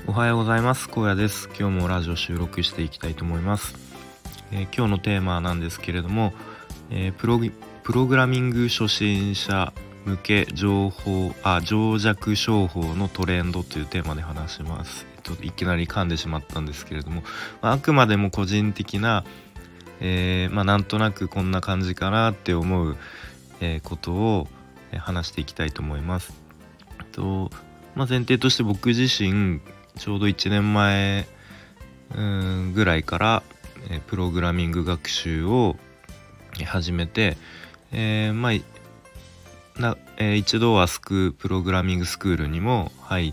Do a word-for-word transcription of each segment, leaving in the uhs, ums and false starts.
おはようございます。荒野です。今日もラジオ収録していきたいと思います。えー今日のテーマなんですけれども、えープロギプログラミング初心者向け情報あ情弱商法のトレンドというテーマで話します。えっと、いきなり噛んでしまったんですけれども、まあ、あくまでも個人的な、えーまあ、なんとなくこんな感じかなって思う、えーことをえー話していきたいと思います。えっとまあ、前提として僕自身ちょうどいちねんまえうーんぐらいから、えープログラミング学習を始めて、えーまあな、えー一度はスクプログラミングスクールにも入って、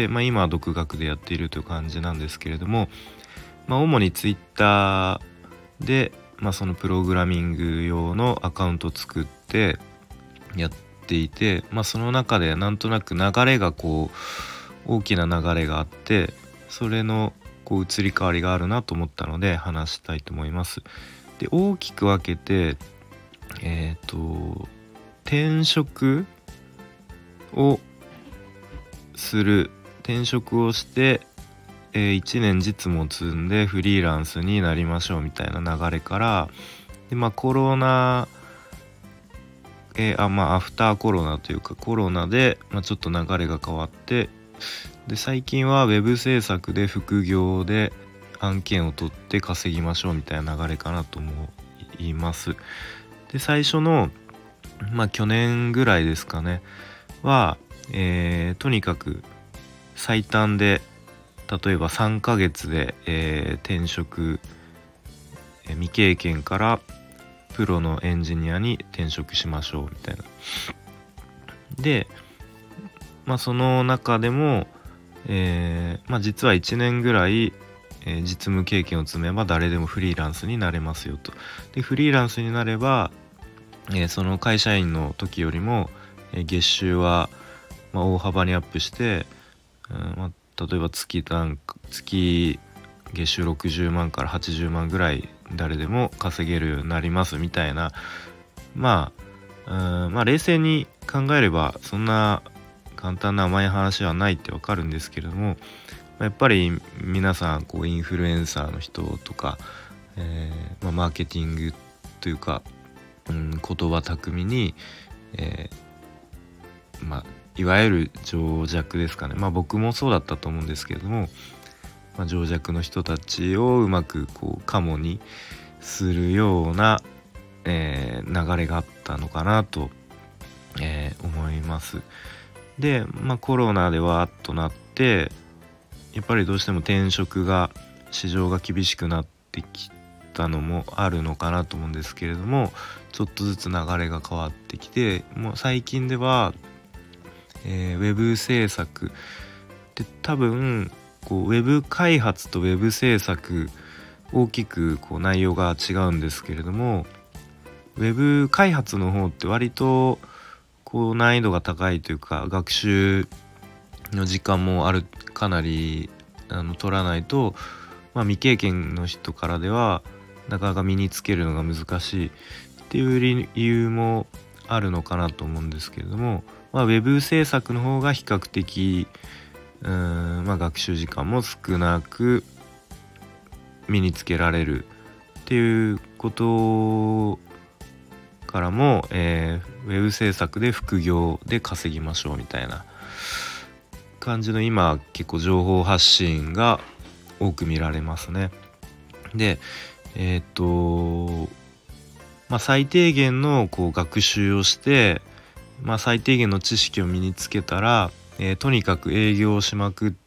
まあ、今は独学でやっているという感じなんですけれども、まあ、主にツイッターで、まあ、そのプログラミング用のアカウントを作ってやっていて、まあ、その中でなんとなく流れがこう大きな流れがあって、それのこう移り変わりがあるなと思ったので話したいと思います。で、大きく分けてえっ、と転職をする転職をして、えーいちねん実務を積んでフリーランスになりましょうみたいな流れから、で、まあ、コロナえーあまあアフターコロナというかコロナで、まあ、ちょっと流れが変わって、で最近はウェブ制作で副業で案件を取って稼ぎましょうみたいな流れかなと思います。で最初のまあ去年ぐらいですかねは、えーとにかく最短で例えばさんかげつで、えー転職、えー未経験からプロのエンジニアに転職しましょうみたいな。で、まあ、その中でも、えーまあ、実はいちねんぐらい、えー実務経験を積めば誰でもフリーランスになれますよと。でフリーランスになれば、えーその会社員の時よりも、えー月収は、まあ、大幅にアップして、うんまあ、例えば月単価月月収ろくじゅうまんからはちじゅうまんぐらい誰でも稼げるようになりますみたいな、まあ、うんまあ冷静に考えればそんな簡単な甘い話はないってわかるんですけれども、やっぱり皆さんこうインフルエンサーの人とか、えーまあ、マーケティングというか、うん、言葉巧みに、えーまあ、いわゆる情弱ですかね、まあ僕もそうだったと思うんですけれども、まあ、情弱の人たちをうまくこうカモにするような、えー流れがあったのかなと、えー思います。で、まあ、コロナでわーっとなってやっぱりどうしても転職が市場が厳しくなってきたのもあるのかなと思うんですけれども、ちょっとずつ流れが変わってきて、もう最近では、えーウェブ制作で多分こうウェブ開発とウェブ制作大きくこう内容が違うんですけれども、ウェブ開発の方って割とこう難易度が高いというか、学習の時間もあるかなりあの取らないと、まあ、未経験の人からではなかなか身につけるのが難しいっていう理由もあるのかなと思うんですけれども、まあ、ウェブ制作の方が比較的うーん、まあ、学習時間も少なく身につけられるっていうことからも、えーウェブ制作で副業で稼ぎましょうみたいな感じの今結構情報発信が多く見られますね。でえっ、とまあ最低限のこう学習をして、まあ、最低限の知識を身につけたら、えーとにかく営業をしまくって、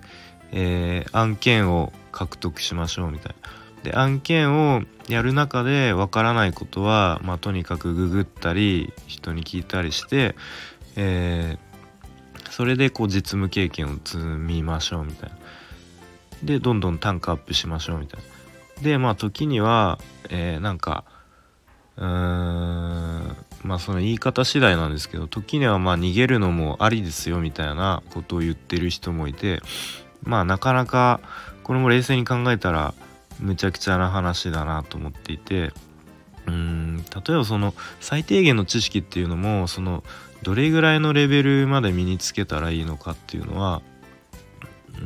えー案件を獲得しましょうみたいな。で案件をやる中でわからないことは、まあ、とにかくググったり人に聞いたりして、えーそれでこう実務経験を積みましょうみたいな。でどんどん単価アップしましょうみたいな。でまあ時には、えーなんかうーんまあその言い方次第なんですけど、時にはまあ逃げるのもありですよみたいなことを言ってる人もいて、まあなかなかこれも冷静に考えたらむちゃくちゃな話だなと思っていて、うーん例えばその最低限の知識っていうのもそのどれぐらいのレベルまで身につけたらいいのかっていうのは、うん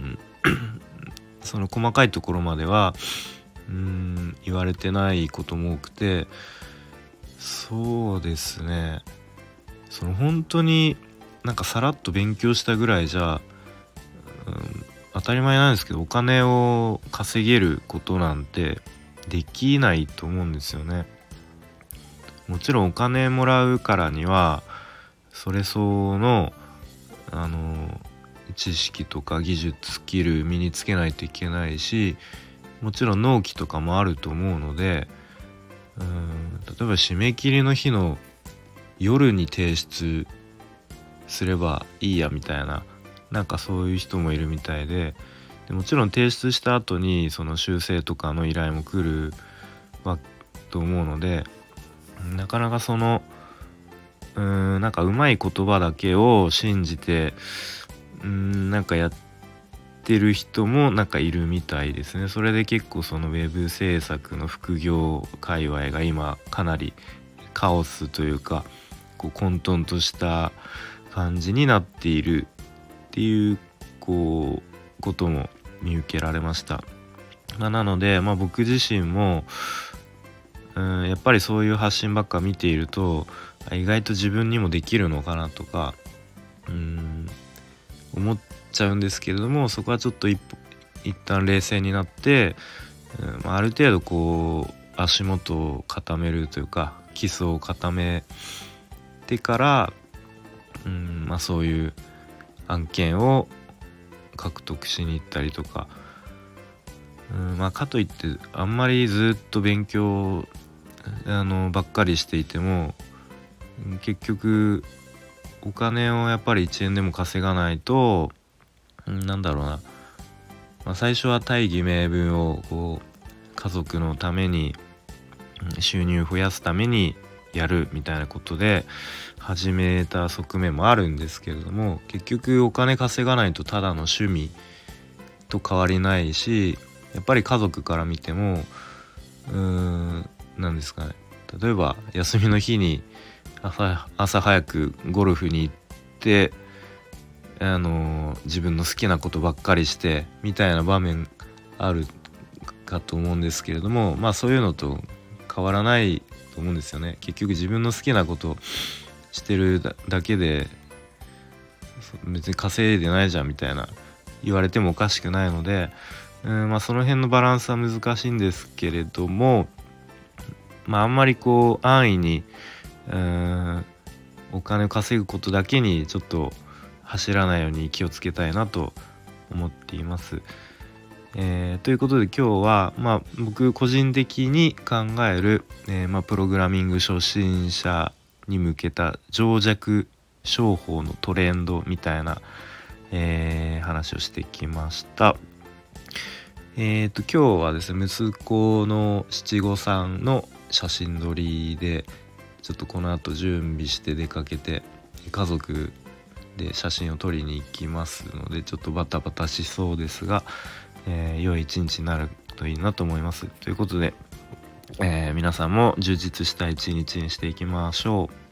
その細かいところまではうーん言われてないことも多くて、そうですね、その本当になんかさらっと勉強したぐらいじゃ、うん、当たり前なんですけどお金を稼げることなんてできないと思うんですよね。もちろんお金もらうからにはそれ相応のあの知識とか技術スキル身につけないといけないし、もちろん納期とかもあると思うので、うーん例えば締め切りの日の夜に提出すればいいやみたいな、なんかそういう人もいるみたいで、でもちろん提出した後にその修正とかの依頼も来るわと思うので、なかなかそのうーんなんかうまい言葉だけを信じてうーんなんかやってる人もなんかいるみたいですね。それで結構そのウェブ制作の副業界隈が今かなりカオスというか、こう混沌とした感じになっているっていうこうことも見受けられました。まあ、なので、まあ、僕自身もうんやっぱりそういう発信ばっか見ていると意外と自分にもできるのかなとかうん思っちゃうんですけれども、そこはちょっと一歩一旦冷静になって、うんまあ、ある程度こう足元を固めるというか基礎を固めてから、うんまあ、そういう案件を獲得しに行ったりとか、うんまあ、かといってあんまりずっと勉強あのばっかりしていても結局お金をやっぱりいちえんでも稼がないと、なんだろうな、まあ、最初は大義名分をこう家族のために収入を増やすためにやるみたいなことで始めた側面もあるんですけれども、結局お金稼がないとただの趣味と変わりないし、やっぱり家族から見てもうーんなんですかね、例えば休みの日に朝、朝早くゴルフに行ってあの自分の好きなことばっかりしてみたいな場面あるかと思うんですけれども、まあそういうのと変わらないと思うんですよね。結局自分の好きなことしてるだけで別に稼いでないじゃんみたいな言われてもおかしくないので、うんまあその辺のバランスは難しいんですけれども、まああんまりこう安易にうんお金を稼ぐことだけにちょっと走らないように気をつけたいなと思っています。えー、ということで今日は、まあ、僕個人的に考える、えーまあ、プログラミング初心者に向けた情弱商法のトレンドみたいな、えー話をしてきました。えーと今日はですね、息子の七五三の写真撮りでちょっとこの後準備して出かけて家族で写真を撮りに行きますので、ちょっとバタバタしそうですが、えー、良い一日になるといいなと思います。ということで、えー皆さんも充実した一日にしていきましょう。